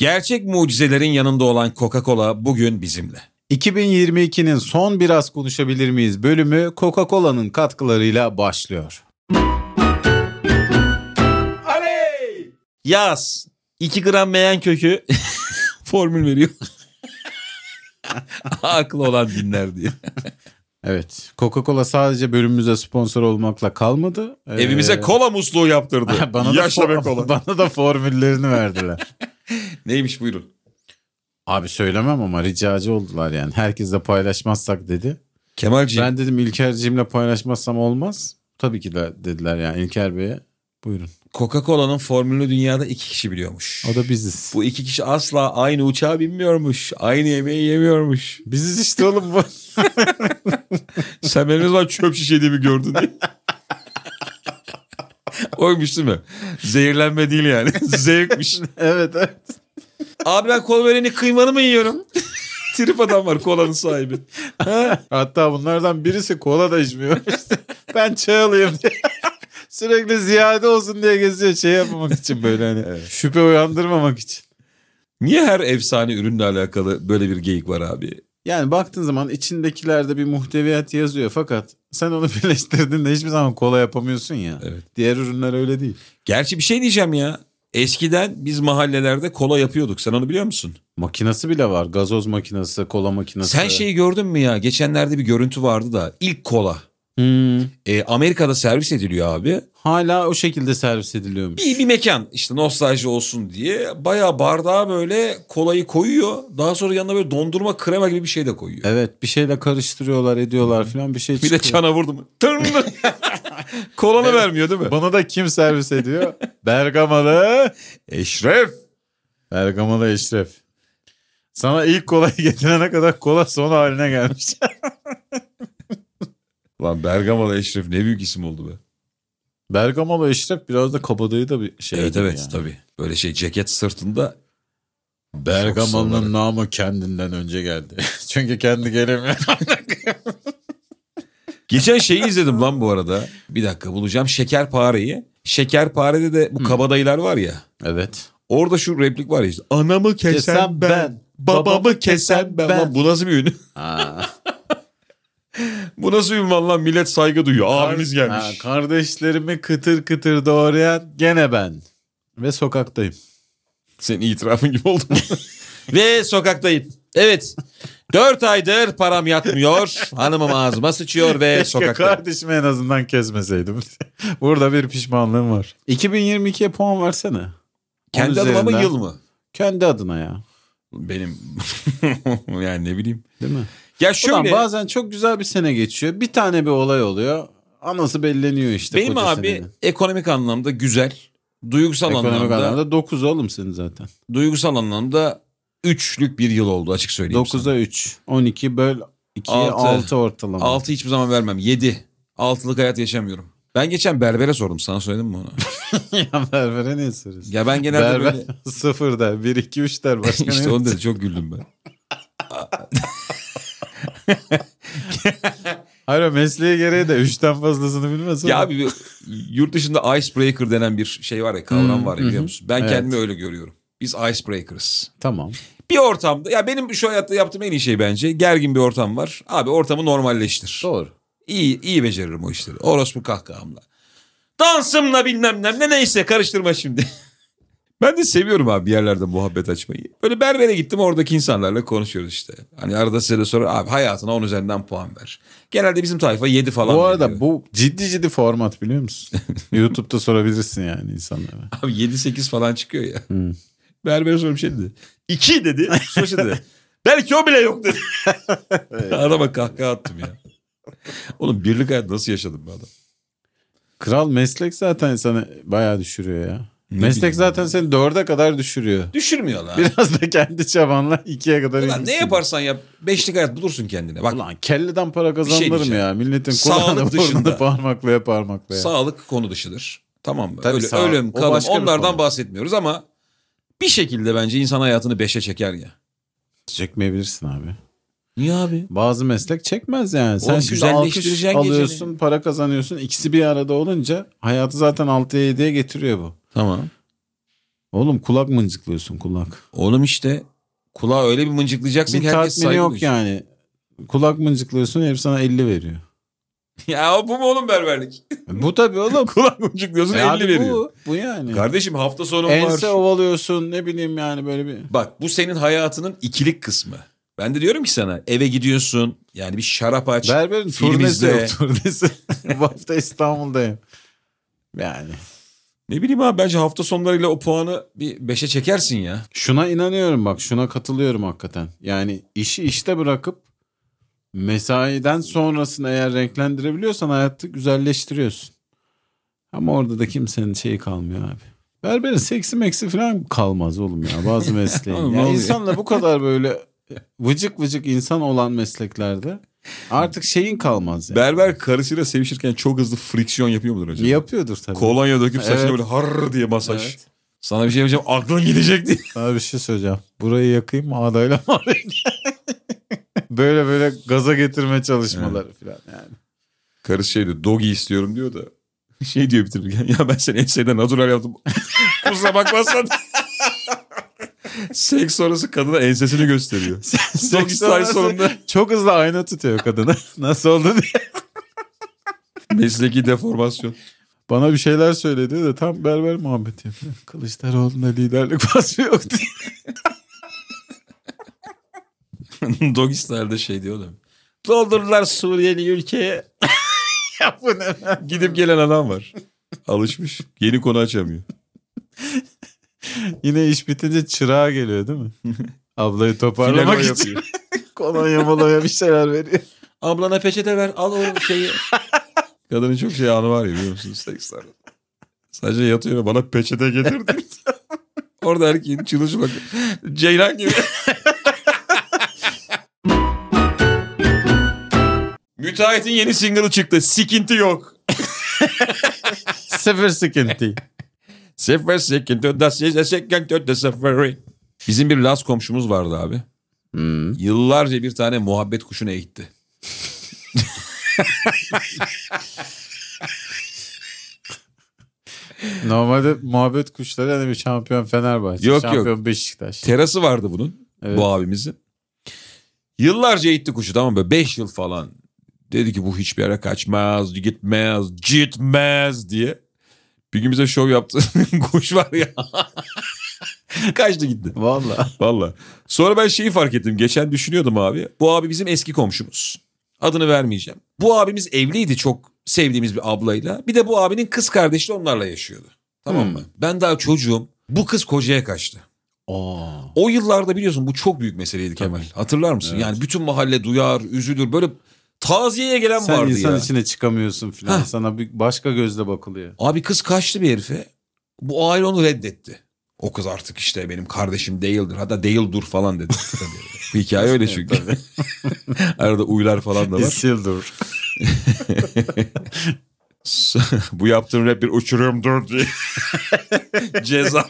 Gerçek mucizelerin yanında olan Coca-Cola bugün bizimle. 2022'nin son biraz konuşabilir miyiz bölümü Coca-Cola'nın katkılarıyla başlıyor. Aley! Yaz. 2 gram meyan kökü formül veriyor. Aklı olan dinler diye. Evet, Coca-Cola sadece bölümümüze sponsor olmakla kalmadı. Evimize kola musluğu yaptırdı. Yaşa be kola. Bana da formüllerini verdiler. Neymiş buyurun. Abi söylemem ama ricacı oldular yani. Herkesle paylaşmazsak dedi. Kemalciğim. Ben dedim İlker'cimle paylaşmazsam olmaz. Tabii ki de dediler yani İlker Bey'e. Buyurun. Coca-Cola'nın formülünü dünyada 2 kişi biliyormuş. O da biziz. Bu 2 kişi asla aynı uçağa binmiyormuş. Aynı yemeği yemiyormuş. Biziz işte oğlum bu. Sen benim zaman çöp şişediğimi gördün diye. Oymuş değil mi? Zehirlenme değil yani. Zevkmiş. Evet. Abi ben kol vereni kıymanı mı yiyorum? Trip adam var kolanın sahibi. Hatta bunlardan birisi kola da içmiyor. Ben çay alayım diye. Sürekli ziyade olsun diye geziyor şey yapmamak için böyle hani. Evet. Şüphe uyandırmamak için. Niye her efsane ürünle alakalı böyle bir geyik var abi? Yani baktığın zaman içindekilerde bir muhteviyat yazıyor fakat sen onu birleştirdiğinde hiçbir zaman kola yapamıyorsun ya. Evet. Diğer ürünler öyle değil. Gerçi bir şey diyeceğim ya. Eskiden biz mahallelerde kola yapıyorduk. Sen onu biliyor musun? Makinası bile var. Gazoz makinesi, kola makinesi. Sen şeyi gördün mü ya? Geçenlerde bir görüntü vardı da. İlk kola. Amerika'da servis ediliyor abi. Hala o şekilde servis ediliyormuş. Bir mekan işte nostalji olsun diye bayağı bardağa böyle kolayı koyuyor. Daha sonra yanına böyle dondurma krema gibi bir şey de koyuyor. Evet bir şeyle karıştırıyorlar ediyorlar falan bir şey çıkıyor. Bir de çana vurdu mu? Kolanı evet. Vermiyor değil mi? Bana da kim servis ediyor? Bergamalı Eşref. Bergamalı Eşref. Sana ilk kolayı getirene kadar kola son haline gelmiş. Lan Bergamalı Eşref ne büyük isim oldu be. Bergamalı Eşref biraz da kabadayı da bir şey. Evet yani. Tabii. Böyle şey ceket sırtında. Bergamalı'nın namı kendinden önce geldi. Çünkü kendi gelemiyor. Geçen şeyi izledim lan bu arada. Bir dakika bulacağım. Şekerpare'yi. Şekerpare'de de bu kabadayılar var ya. Evet. Orada şu replik var ya işte. Anamı kesen ben. Babamı kesen ben. Lan bu nasıl bir ünlü? Bu nasıl ünvan lan? Millet saygı duyuyor. Abimiz gelmiş. Kardeşlerimi kıtır kıtır doğrayan gene ben. Ve sokaktayım. Senin itirafın gibi oldu mu? Ve sokaktayım. Evet. 4 aydır param yatmıyor. Hanımım ağzıma sıçıyor ve sokaktayım. Kardeşimi en azından kesmeseydim. Burada bir pişmanlığım var. 2022'ye puan versene. Kendi adıma mı yıl mı? Kendi adına ya. Benim yani ne bileyim. Değil mi? Ya şöyle. Ulan bazen çok güzel bir sene geçiyor. Bir tane bir olay oluyor. Anası belleniyor işte. Benim abi senenin. Ekonomik anlamda güzel. Duygusal ekonomik anlamda 9 oğlum senin zaten. Duygusal anlamda 3'lük bir yıl oldu açık söyleyeyim 9'a sana. 3. 12 böl 2'ye 6 ortalama. 6 hiçbir zaman vermem. 7. 6'lık hayat yaşamıyorum. Ben geçen berbere sordum. Sana söyledim mi onu? Ya berbere ne soruyorsun? Ya ben genelde berber böyle... 0 der. 1, 2, 3 der. Başka işte onu dedi. Çok güldüm ben. Hayır mesleğe gereği de 3'ten fazlasını bilmez. Ya abi yurt dışında icebreaker denen bir şey var ya kavram var ya biliyor musun? Ben kendimi öyle görüyorum. Biz icebreaker'ız. Tamam. Bir ortamda ya benim şu hayatta yaptığım en iyi şey bence gergin bir ortam var. Abi ortamı normalleştir. Doğru. İyi beceririm o işleri. Orospu kahkahamla. Dansımla bilmem ne neyse karıştırma şimdi. Ben de seviyorum abi bir yerlerde muhabbet açmayı. Böyle berbere gittim oradaki insanlarla konuşuyoruz işte. Hani arada size de soru abi hayatına 10 üzerinden puan ver. Genelde bizim tayfa 7 falan. Bu arada veriyor. bu ciddi format biliyor musun? YouTube'da sorabilirsin yani insanlara. Abi 7-8 falan çıkıyor ya. Berbere sorum şey dedi. 2 dedi. Sonra şey dedi. Belki o bile yok dedi. Adama kahkaha attım ya. Oğlum birlik hayat nasıl yaşadım be adam? Kral meslek zaten insanı bayağı düşürüyor ya. Meslek zaten seni 4'e kadar düşürüyor. Düşürmüyor lan. Biraz da kendi çabanla 2'ye kadar. Ulan ne yaparsan yap 5'lik hayat bulursun kendine. Bak, ulan kelleden para kazanılır mı ya? Milletin kulağını dışında parmaklaya. Sağlık konu dışıdır. Tamam mı? Tabii ölüm, kalım onlardan bahsetmiyoruz ama bir şekilde bence insan hayatını 5'e çeker ya. Çekmeyebilirsin abi. Niye abi? Bazı meslek çekmez yani. Sen şimdi alkış alıyorsun, geceni. Para kazanıyorsun. İkisi bir arada olunca hayatı zaten 6'ya 7'ye getiriyor bu. Tamam. Oğlum kulak mıncıklıyorsun kulak. Oğlum işte kulağı öyle bir mıncıklayacaksın Bir ki herkes tatmini saygı yok duyacak. yani. Kulak mıncıklıyorsun herif sana 50 veriyor. Ya bu mu oğlum berberlik? Bu tabii oğlum. Kulak mıncıklıyorsun 50 Abi veriyor. bu yani. Kardeşim hafta sonu Ense var. ovalıyorsun ne bileyim yani böyle bir. Bak bu senin hayatının ikilik kısmı. Ben de diyorum ki sana eve gidiyorsun yani bir şarap aç. Berberin film turnesi izle. yok turnesi. Bu hafta İstanbul'dayım. Yani. Ne bileyim abi bence hafta sonlarıyla o puanı bir 5'e çekersin ya. Şuna inanıyorum bak şuna katılıyorum hakikaten. Yani işi işte bırakıp mesaiden sonrasını eğer renklendirebiliyorsan hayatı güzelleştiriyorsun. Ama orada da kimsenin şeyi kalmıyor abi. Berberin seksi meksi falan kalmaz oğlum ya bazı mesleğin. Oğlum, ne Ya oluyor? insanla bu kadar böyle vıcık vıcık insan olan mesleklerde artık şeyin kalmaz yani. Berber karısıyla sevişirken çok hızlı friksiyon yapıyor mudur acaba? Yapıyordur tabii. Kolonya döküp saçına Evet. böyle har diye masaj. Evet. Sana bir şey yapacağım aklın gidecek diye. Sana bir şey söyleyeceğim. Burayı yakayım mı ağdayla mı arayayım? Böyle böyle gaza getirme çalışmaları falan yani. Karısı şey diyor doggy istiyorum diyor da. Şey diyor bitirirken ya ben seni enseyden natural yaptım. Kusura bakmazsan. Seks sonrası kadına ensesini gösteriyor. Doggy style sonunda. Çok hızlı ayna tutuyor kadını. Nasıl oldu diye. Mesleki deformasyon. Bana bir şeyler söyledi de tam berber muhabbeti yapıyor. Kılıçdaroğlu'nda liderlik vasfı yok diye. Doggy style'da şey diyor da. Doldurdular Suriyeli ülkeye. Ya bu ne? Gidip gelen adam var. Alışmış. Yeni konu açamıyor. Yine iş bitince çırağa geliyor değil mi? Ablayı toparlamak Flanör için. yapıyor. Kolonya molonya bir şeyler veriyor. Ablana peçete ver al o şeyi. Kadının çok şey anı var ya biliyor musunuz seksler. Sadece yatıyor ve bana peçete getirdi. Orada erkeğin çalışı bak. Ceylan gibi. Müteahhitin yeni single'ı çıktı. Sikinti yok. Sıfır sıkıntı. Sıfır sikinti da size sikinti da sıfır. Bizim bir Laz komşumuz vardı abi. Yıllarca bir tane muhabbet kuşunu eğitti. Normalde muhabbet kuşları hani bir şampiyon Fenerbahçe, Yok, şampiyon Beşiktaş. Terası vardı bunun. Evet. Bu abimizin. Yıllarca eğitti kuşu tamam mı? 5 yıl falan. Dedi ki bu hiçbir yere kaçmaz, gitmez diye. Bir gün bize şov yaptı. Kuş var ya. Kaçtı gitti. Valla. Valla. Sonra ben şeyi fark ettim. Geçen düşünüyordum abi. Bu abi bizim eski komşumuz. Adını vermeyeceğim. Bu abimiz evliydi çok sevdiğimiz bir ablayla. Bir de bu abinin kız kardeşi de onlarla yaşıyordu. Tamam mı? Ben daha çocuğum. Bu kız kocaya kaçtı. O yıllarda biliyorsun bu çok büyük meseleydi Kemal. Hatırlar mısın? Yani bütün mahalle duyar, üzülür. Böyle taziyeye gelen Sen vardı insan ya. içine çıkamıyorsun filan. Heh. Sana bir başka gözle bakılıyor. Abi kız kaçtı bir herife. Bu aile onu reddetti. O kız artık işte benim kardeşim değildir. Hatta değildur falan dedi. Tabii. Bu hikaye öyle çünkü. Arada uylar falan da var. Isildur. Bu yaptığın rap bir uçurumdur diye. Ceza.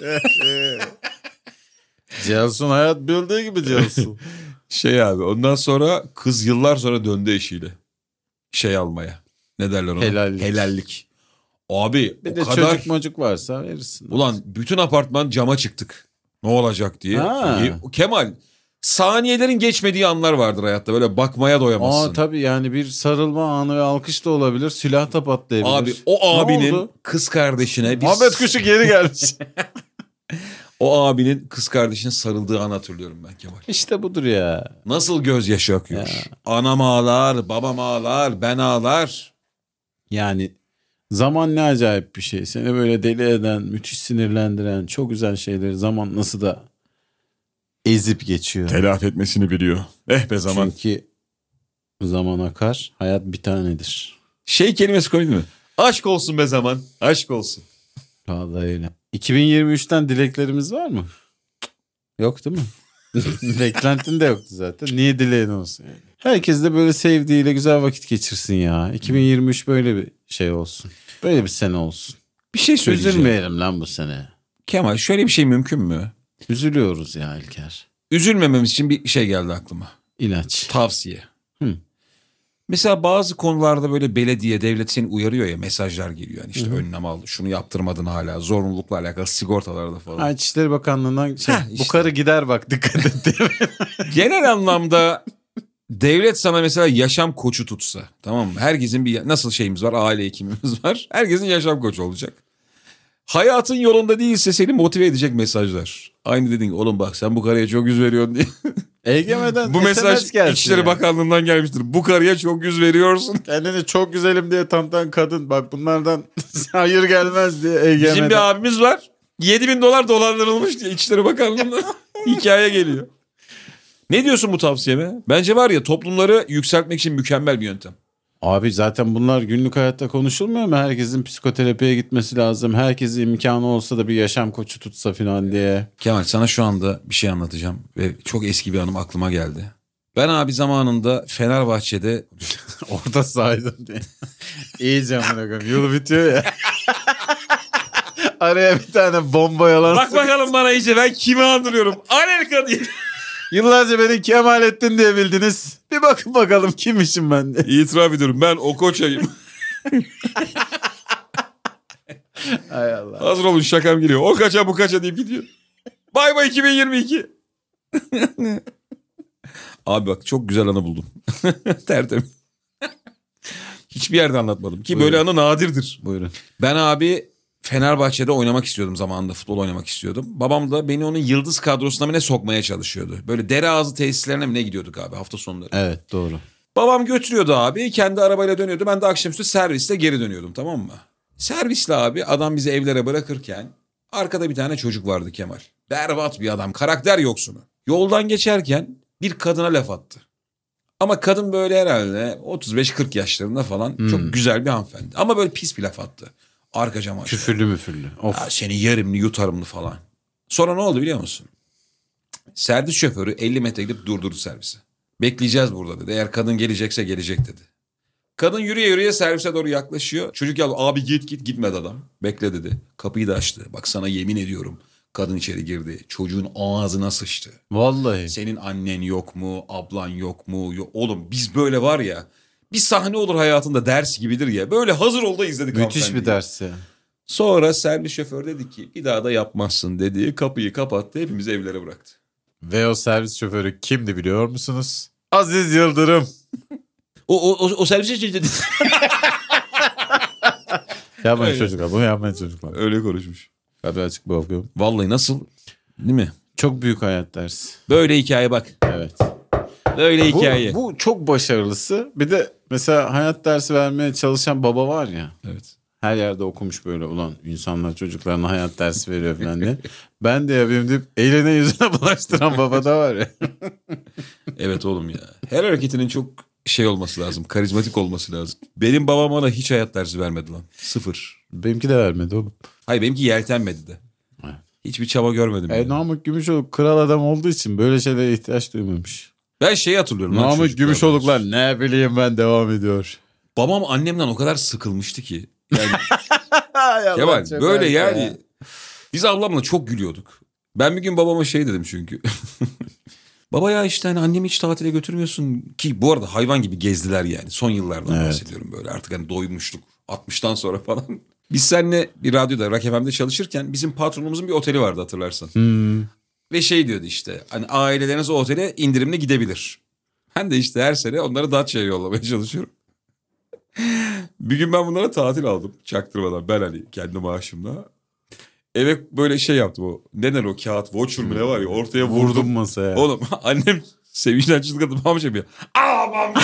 Celsun hayat bildiği gibi Celsun. Şey abi ondan sonra kız yıllar sonra döndü eşiyle. Şey almaya. Ne derler ona? Helallik. Helallik. Abi Bir o de kadar... çocuk mocuk varsa verirsin. Ulan bütün apartman cama çıktık. Ne olacak diye. Ha. Kemal saniyelerin geçmediği anlar vardır hayatta. Böyle bakmaya doyamazsın. Tabii yani bir sarılma anı ve alkış da olabilir. Silah da patlayabilir. Abi o Ne abinin oldu? kız kardeşine bir... Muhabbet kuşu geri gelmiş. O abinin kız kardeşine sarıldığı anı hatırlıyorum ben Kemal. İşte budur ya. Nasıl gözyaşı akıyor. Anam ağlar, babam ağlar, ben ağlar. Yani zaman ne acayip bir şey. Seni böyle deli eden, müthiş sinirlendiren, çok güzel şeyleri zaman nasıl da ezip geçiyor. Telafi etmesini biliyor. Be zaman. Çünkü zaman akar, hayat bir tanedir. Şey kelimesi koydu mu? Aşk olsun be zaman. Aşk olsun. Vallahi öyle. 2023'ten dileklerimiz var mı? Yok değil mi? Beklentin de yoktu zaten. Niye dileğin olsun yani? Herkes de böyle sevdiğiyle güzel vakit geçirsin ya. 2023 böyle bir şey olsun. Böyle bir sene olsun. Bir şey söyleyeceğim. Üzülmeyelim lan bu sene. Kemal şöyle bir şey mümkün mü? Üzülüyoruz ya İlker. Üzülmememiz için bir şey geldi aklıma. İlaç. Tavsiye. Hı. Mesela bazı konularda böyle belediye, devlet seni uyarıyor ya, mesajlar geliyor. Yani işte önlem al, şunu yaptırmadın hala, zorunlulukla alakalı sigortalarda falan. İçişleri Bakanlığı'ndan bu işte. karı gider bak dikkat et diye. Genel anlamda devlet sana mesela yaşam koçu tutsa, tamam mı? Herkesin bir nasıl şeyimiz var, aile hekimimiz var. Herkesin yaşam koçu olacak. Hayatın yolunda değilse seni motive edecek mesajlar. Aynı dediğin gibi, oğlum bak sen bu karıya çok yüz veriyorsun diye. EGM'den Bu mesaj SMS gelsin İçişleri ya. Bakanlığı'ndan gelmiştir. Bu karıya çok yüz veriyorsun. Kendini çok güzelim diye tanıtan kadın bak bunlardan hayır gelmez diye EGM'den. Bizim bir abimiz var. $7.000 dolandırılmış diye İçişleri Bakanlığı'ndan hikaye geliyor. Ne diyorsun bu tavsiyeme? Bence var ya, toplumları yükseltmek için mükemmel bir yöntem. Abi zaten bunlar günlük hayatta konuşulmuyor mu? Herkesin psikoterapiye gitmesi lazım. Herkesin imkanı olsa da bir yaşam koçu tutsa falan diye. Kemal, sana şu anda bir şey anlatacağım ve çok eski bir anım aklıma geldi. Ben abi zamanında Fenerbahçe'de Orada saydım diye. İyice amına koyayım. Yolu bitiyor ya. Araya bir tane bomba yalan. bak bakalım bana iyice, ben kimi andırıyorum? Anelka diye. Yıllarca beni Kemalettin diye bildiniz. Bir bakın bakalım kimmişim ben diye. İtiraf ediyorum, ben Okoça'yım. Hay Allah. Hazır olun, şakam geliyor. O kaça bu kaça deyip gidiyor. Bay bay 2022. Abi bak, çok güzel anı buldum. Tertemiz. Hiçbir yerde anlatmadım ki. Buyurun. Böyle anı nadirdir. Buyurun. Ben abi Fenerbahçe'de oynamak istiyordum zamanında. Futbol oynamak istiyordum. Babam da beni onun yıldız kadrosuna mı ne sokmaya çalışıyordu. Böyle Dereazı tesislerine mi ne gidiyorduk abi hafta sonları. Evet doğru. Babam götürüyordu abi. Kendi arabayla dönüyordu. Ben de akşamüstü servisle geri dönüyordum, tamam mı? Servisle abi adam bizi evlere bırakırken arkada bir tane çocuk vardı Kemal. Berbat bir adam. Karakter yoksunu. Yoldan geçerken bir kadına laf attı. Ama kadın böyle herhalde 35-40 yaşlarında falan, çok güzel bir hanımefendi. Ama böyle pis bir laf attı. Arka cam açtı. Küfürlü müfürlü. Of. Ya seni yerimli yutarımlı falan. Sonra ne oldu biliyor musun? Servis şoförü 50 metre gidip durdurdu servisi. Bekleyeceğiz burada dedi. Eğer kadın gelecekse gelecek dedi. Kadın yürüye yürüye servise doğru yaklaşıyor. Çocuk ya abi git gitmedi adam. Bekle dedi. Kapıyı da açtı. Bak sana yemin ediyorum. Kadın içeri girdi. Çocuğun ağzına sıçtı. Vallahi. Senin annen yok mu? Ablan yok mu? Yok. Oğlum biz böyle var ya. Bir sahne olur hayatında, ders gibidir ya. Böyle hazır ol da izledik. Müthiş bir hanımefendiyi. ders ya. Sonra servis şoför dedi ki bir daha da yapmazsın dedi. Kapıyı kapattı, hepimizi evlere bıraktı. Ve o servis şoförü kimdi biliyor musunuz? Aziz Yıldırım. O servise şey dedi. Yapmayın Öyle. çocuklar bunu yapmayın çocuklar. Öyle konuşmuş. Hadi açık bir okuyorum. Vallahi nasıl, değil mi? Çok büyük hayat dersi. Böyle hikaye bak. Evet. Böyle hikaye. Bu çok başarılısı. Bir de mesela hayat dersi vermeye çalışan baba var ya. Evet. Her yerde okumuş böyle ulan insanlar çocuklarına hayat dersi veriyor falan diye. Ben de yapayım deyip eline yüzüne bulaştıran baba da var ya. Evet oğlum ya. Her hareketinin çok şey olması lazım. Karizmatik olması lazım. Benim babam bana hiç hayat dersi vermedi lan. Sıfır. Benimki de vermedi oğlum. Hayır, benimki yeltenmedi de. Evet. Hiçbir çaba görmedim. Yani. Namık Gümüşoluk kral adam olduğu için böyle şeylere ihtiyaç duymamış. Ben şeyi hatırlıyorum. lan Namık çocukluğumda. Gümüşoluklar ne bileyim ben devam ediyor. Babam annemden o kadar sıkılmıştı ki. Yani Allah Kemal çok böyle harika yani. ya. Biz ablamla çok gülüyorduk. Ben bir gün babama şey dedim çünkü. Baba ya işte hani annemi hiç tatile götürmüyorsun ki, bu arada hayvan gibi gezdiler yani. Son yıllardan Evet. bahsediyorum böyle, artık hani doymuşluk 60'tan sonra falan. Biz seninle bir radyoda Rock FM'de çalışırken bizim patronumuzun bir oteli vardı, hatırlarsan. Ve şey diyordu işte hani aileleriniz o otele indirimli gidebilir. Ben de işte her sene onları Datça'ya yollamaya çalışıyorum. Bir gün ben bunlara tatil aldım çaktırmadan, ben hani kendi maaşımla. Eve böyle şey yaptım, o neden o kağıt voucher mu ne var ya, ortaya Vurdum vurdum. masaya. Oğlum annem sevinçten çılgındı, babam şey yapıyor. Aman be.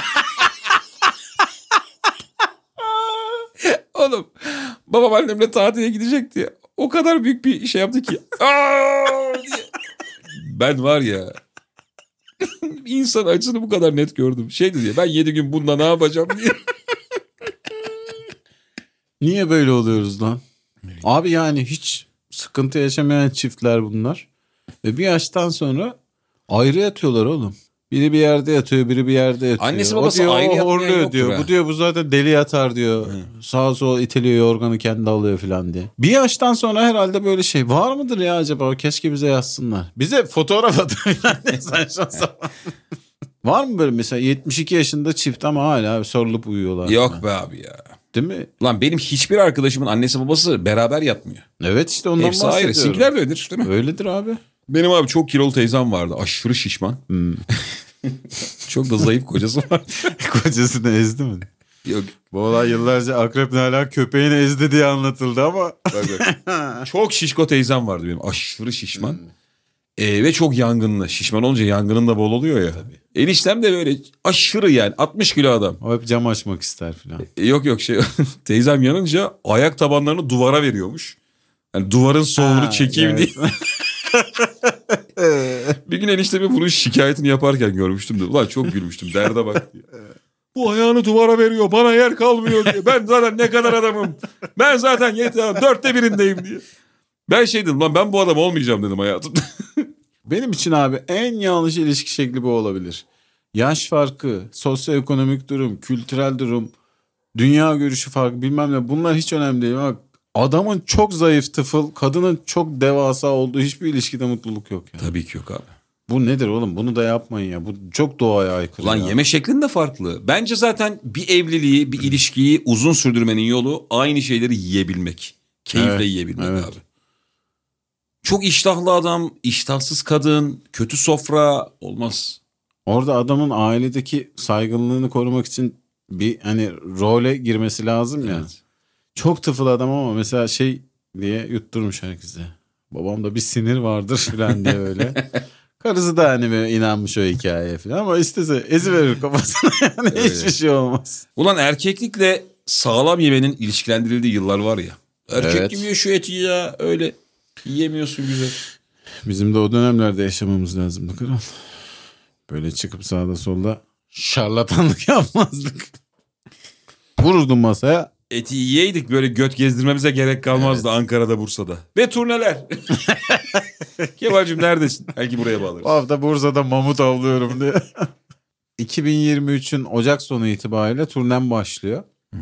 Oğlum babam annemle tatile gidecek diye o kadar büyük bir şey yaptı ki. Aa! diye. Ben var ya, insan acısını bu kadar net gördüm. Şey dedi ya, ben 7 gün bunda ne yapacağım diye. Niye böyle oluyoruz lan? Abi yani hiç sıkıntı yaşamayan çiftler bunlar. Ve bir yaştan sonra ayrı yatıyorlar oğlum. Biri bir yerde yatıyor, biri bir yerde yatıyor. Annesi O babası diyor, ayrı o yatmayan horluyor yoktur diyor. ha. Bu diyor bu zaten deli yatar diyor. Sağa sola iteliyor, yorganı kendi alıyor falan diye. Bir yaştan sonra herhalde böyle şey var mıdır ya acaba? Keşke bize yazsınlar. Bize fotoğraf atın falan diye saçma sapan. Var mı böyle mesela 72 yaşında çift ama hala sarılıp uyuyorlar? Yok be abi ya. Değil mi? Lan benim hiçbir arkadaşımın annesi babası beraber yatmıyor. Evet işte ondan Hepsi ayrı. bahsediyorum. Sizinkiler de öyledir değil mi? Öyledir abi. Benim abi çok kilolu teyzem vardı. Aşırı şişman. Çok da zayıf kocası var. Kocasını ezdi mi? Yok. Bu olay yıllarca Akrep Nalan köpeğini ezdi diye anlatıldı ama. Bak. Çok şişko teyzem vardı benim. Aşırı şişman. Ve çok yangınlı. Şişman olunca yangının da bol oluyor ya. Tabii. Eniştem de böyle aşırı yani 60 kilo adam. O hep cam açmak ister falan. Yok teyzem yanınca ayak tabanlarını duvara veriyormuş. Yani duvarın soğuğunu çekeyim diye. Bir gün eniştemi bunun şikayetini yaparken görmüştüm de. Ulan çok gülmüştüm derde bak diye. Bu ayağını duvara veriyor bana yer kalmıyor diye. Ben zaten ne kadar adamım. Ben zaten yeter 1/4'indeyim diye. Ben dedim lan ben bu adam olmayacağım dedim hayatımda. Benim için abi en yanlış ilişki şekli bu olabilir. Yaş farkı, sosyoekonomik durum, kültürel durum, dünya görüşü farkı bilmem ne bunlar hiç önemli değil. Bak, adamın çok zayıf tıfıl, kadının çok devasa olduğu hiçbir ilişkide mutluluk yok ya. Tabii ki yok abi. Bu nedir oğlum? Bunu da yapmayın ya. Bu çok doğaya aykırı. Lan ya. yeme şeklin de farklı. Bence zaten bir evliliği, bir ilişkiyi uzun sürdürmenin yolu aynı şeyleri yiyebilmek. Keyifle yiyebilmek abi. Çok iştahlı adam, iştahsız kadın, kötü sofra olmaz. Orada adamın ailedeki saygınlığını korumak için bir hani role girmesi lazım ya. Evet. Çok tıfıl adam ama mesela şey diye yutturmuş herkese. Babamda bir sinir vardır falan diye böyle. Karısı da hani böyle inanmış o hikayeye falan ama istese eziverir kafasına yani hiçbir şey olmaz. Ulan erkeklikle sağlam yemenin ilişkilendirildiği yıllar var ya. Erkek gibi yiyor şu eti ya öyle yiyemiyorsun güzel. Bizim de o dönemlerde yaşamamız lazımdı kral. Böyle çıkıp sağda solda şarlatanlık yapmazdık. Vururdum masaya. Eti yiyeydik böyle göt gezdirmemize gerek kalmazdı Ankara'da Bursa'da. Ve turneler. Kemal'cim neredesin? Belki buraya bağlarız. Bu hafta Bursa'da mamut avlıyorum diye. 2023'ün Ocak sonu itibariyle turnem başlıyor.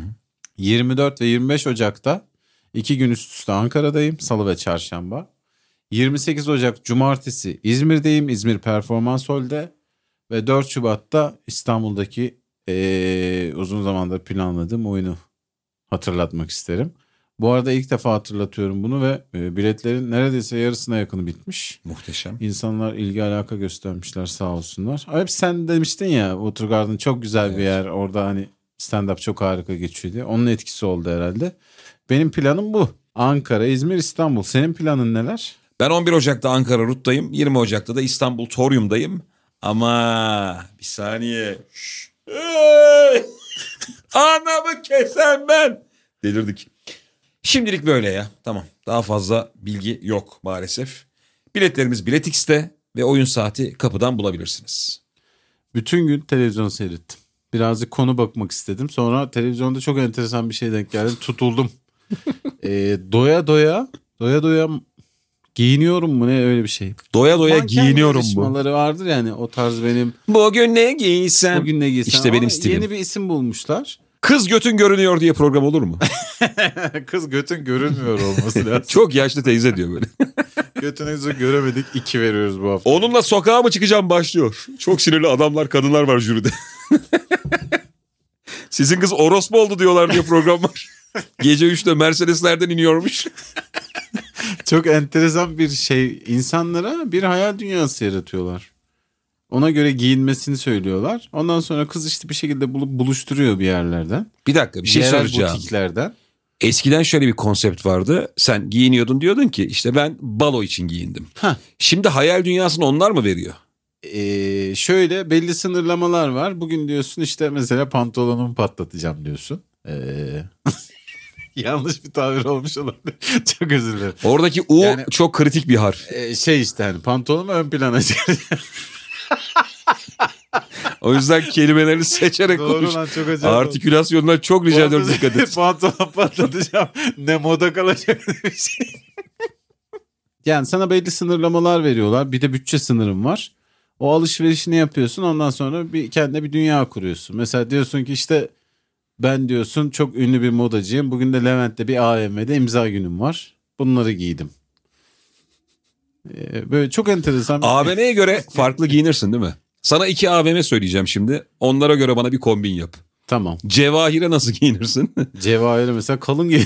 24 ve 25 Ocak'ta 2 gün üst üste Ankara'dayım. Salı ve Çarşamba. 28 Ocak Cumartesi İzmir'deyim. İzmir Performans Hall'de. Ve 4 Şubat'ta İstanbul'daki uzun zamandır planladığım oyunu hatırlatmak isterim. Bu arada ilk defa hatırlatıyorum bunu ve biletlerin neredeyse yarısına yakını bitmiş. Muhteşem. İnsanlar ilgi alaka göstermişler sağ olsunlar. Hep sen demiştin ya Watergarden çok güzel bir yer. Orada hani stand-up çok harika geçiyor diye. Onun etkisi oldu herhalde. Benim planım bu. Ankara, İzmir, İstanbul. Senin planın neler? Ben 11 Ocak'ta Ankara RUT'tayım. 20 Ocak'ta da İstanbul Torium'dayım. Ama bir saniye. Anamı kesen ben. Delirdik. Şimdilik böyle ya. Tamam. Daha fazla bilgi yok maalesef. Biletlerimiz Biletix'te ve oyun saati kapıdan bulabilirsiniz. Bütün gün televizyon seyrettim. Birazcık konu bakmak istedim. Sonra televizyonda çok enteresan bir şey denk geldim. Tutuldum. Doya doya giyiniyorum mu ne öyle bir şey. Doya doya Manken giyiniyorum bu. yarışmaları vardır yani o tarz benim. Bugün ne giysem. Bugün ne giysem. İşte benim Ama stilim. Yeni bir isim bulmuşlar. Kız götün görünüyor diye program olur mu? Kız götün görünmüyor olması lazım. Çok yaşlı teyze diyor böyle. Götünüzü göremedik 2 veriyoruz bu hafta. Onunla sokağa mı çıkacağım başlıyor. Çok sinirli adamlar kadınlar var jüride. Sizin kız orospu oldu diyorlar diye program var. Gece 3'te Mercedeslerden iniyormuş. Çok enteresan bir şey. İnsanlara bir hayal dünyası yaratıyorlar. Ona göre giyinmesini söylüyorlar. Ondan sonra kız işte bir şekilde bulup buluşturuyor bir yerlerden. Bir dakika bir şey Yerel soracağım. butiklerden. Eskiden şöyle bir konsept vardı. Sen giyiniyordun diyordun ki işte ben balo için giyindim. Heh. Şimdi hayal dünyasını onlar mı veriyor? Şöyle belli sınırlamalar var. Bugün diyorsun işte mesela pantolonumu patlatacağım diyorsun. Yanlış bir tabir olmuş olabilir. Çok özür dilerim. Oradaki U Yani- çok kritik bir harf. Şey işte hani pantolonumu ön plana çıkaracağım. O yüzden kelimelerini seçerek Doğru konuş. lan çok acayip. Artikülasyonuna çok rica ediyorum dikkat et. Pantolon patlatacağım. Ne moda kalacak bir şey. Yani sana belli sınırlamalar veriyorlar. Bir de bütçe sınırın var. O alışverişini yapıyorsun. Ondan sonra kendine bir dünya kuruyorsun. Mesela diyorsun ki işte ben diyorsun çok ünlü bir modacıyım. Bugün de Levent'te bir AVM'de imza günüm var. Bunları giydim. Böyle çok enteresan. AVM'ye göre farklı giyinirsin değil mi? Sana 2 AVM söyleyeceğim şimdi. Onlara göre bana bir kombin yap. Tamam. Cevahir'e nasıl giyinirsin? Cevahir'e mesela kalın giyer.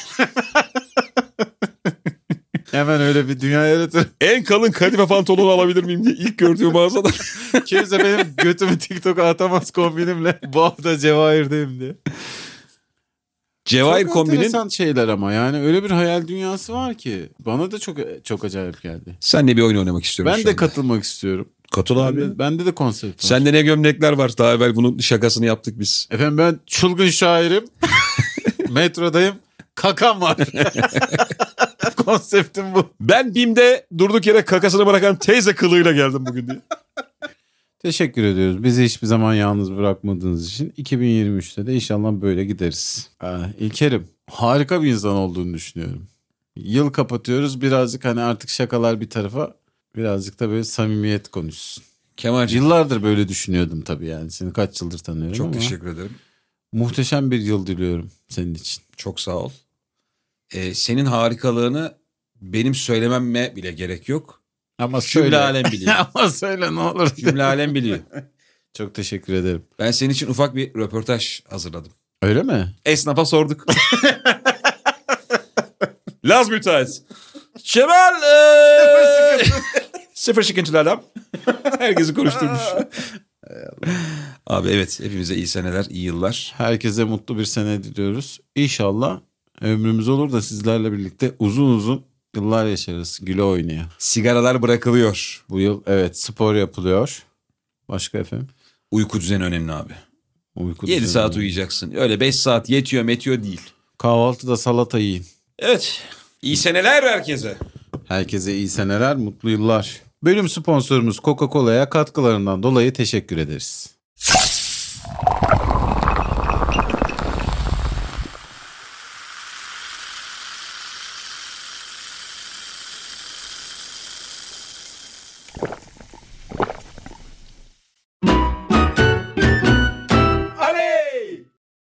Hemen öyle bir dünya yaratır. En kalın kadife pantolonu alabilir miyim diye ilk gördüğüm mağazada. Kimse benim götümü TikTok'a atamaz kombinimle. Bu hafta Cevahir'deyim diye. Cevahir Çok kombinin... enteresan şeyler ama yani öyle bir hayal dünyası var ki. Bana da çok çok acayip geldi. Senle bir oyun oynamak istiyorum. Ben şu de anda. katılmak istiyorum. Katıl abi. Bende de konsept var. Sende ne gömlekler var. Daha evvel bunun şakasını yaptık biz. Efendim ben çılgın şairim. Metrodayım. Kakam var. Konseptim bu. Ben BİM'de durduk yere kakasını bırakan teyze kılığıyla geldim bugün diye. Teşekkür ediyoruz. Bizi hiçbir zaman yalnız bırakmadığınız için. 2023'te de inşallah böyle gideriz. İlker'im harika bir insan olduğunu düşünüyorum. Yıl kapatıyoruz. Birazcık hani artık şakalar bir tarafa, birazcık da böyle samimiyet konuşsun. Kemal'cim Yıllardır böyle düşünüyordum tabii yani. Seni kaç yıldır tanıyorum çok ama teşekkür ederim. muhteşem bir yıl diliyorum senin için. Çok sağ ol. Senin harikalığını benim söylememe bile gerek yok. Ama Cümle söyle. alem biliyor. Ama söyle ne olur. Cümle alem biliyor. Çok teşekkür ederim. Ben senin için ufak bir röportaj hazırladım. Öyle mi? Esnafa sorduk. Laz müteahhit. Cemal. Sıfır sıkıntılı adam. Herkesi konuşturmuş. Abi evet, hepimize iyi seneler, iyi yıllar. Herkese mutlu bir sene diliyoruz. İnşallah ömrümüz olur da sizlerle birlikte uzun uzun yıllar yaşarız. Güle oynaya. Sigaralar bırakılıyor. Bu yıl evet spor yapılıyor. Başka efendim? Uyku düzeni önemli abi. Uyku 7 düzeni. saat uyuyacaksın. Öyle 5 saat yetiyor metiyor değil. Kahvaltıda salata yiyin. Evet. İyi seneler herkese. Herkese iyi seneler, mutlu yıllar. Bölüm sponsorumuz Coca-Cola'ya katkılarından dolayı teşekkür ederiz.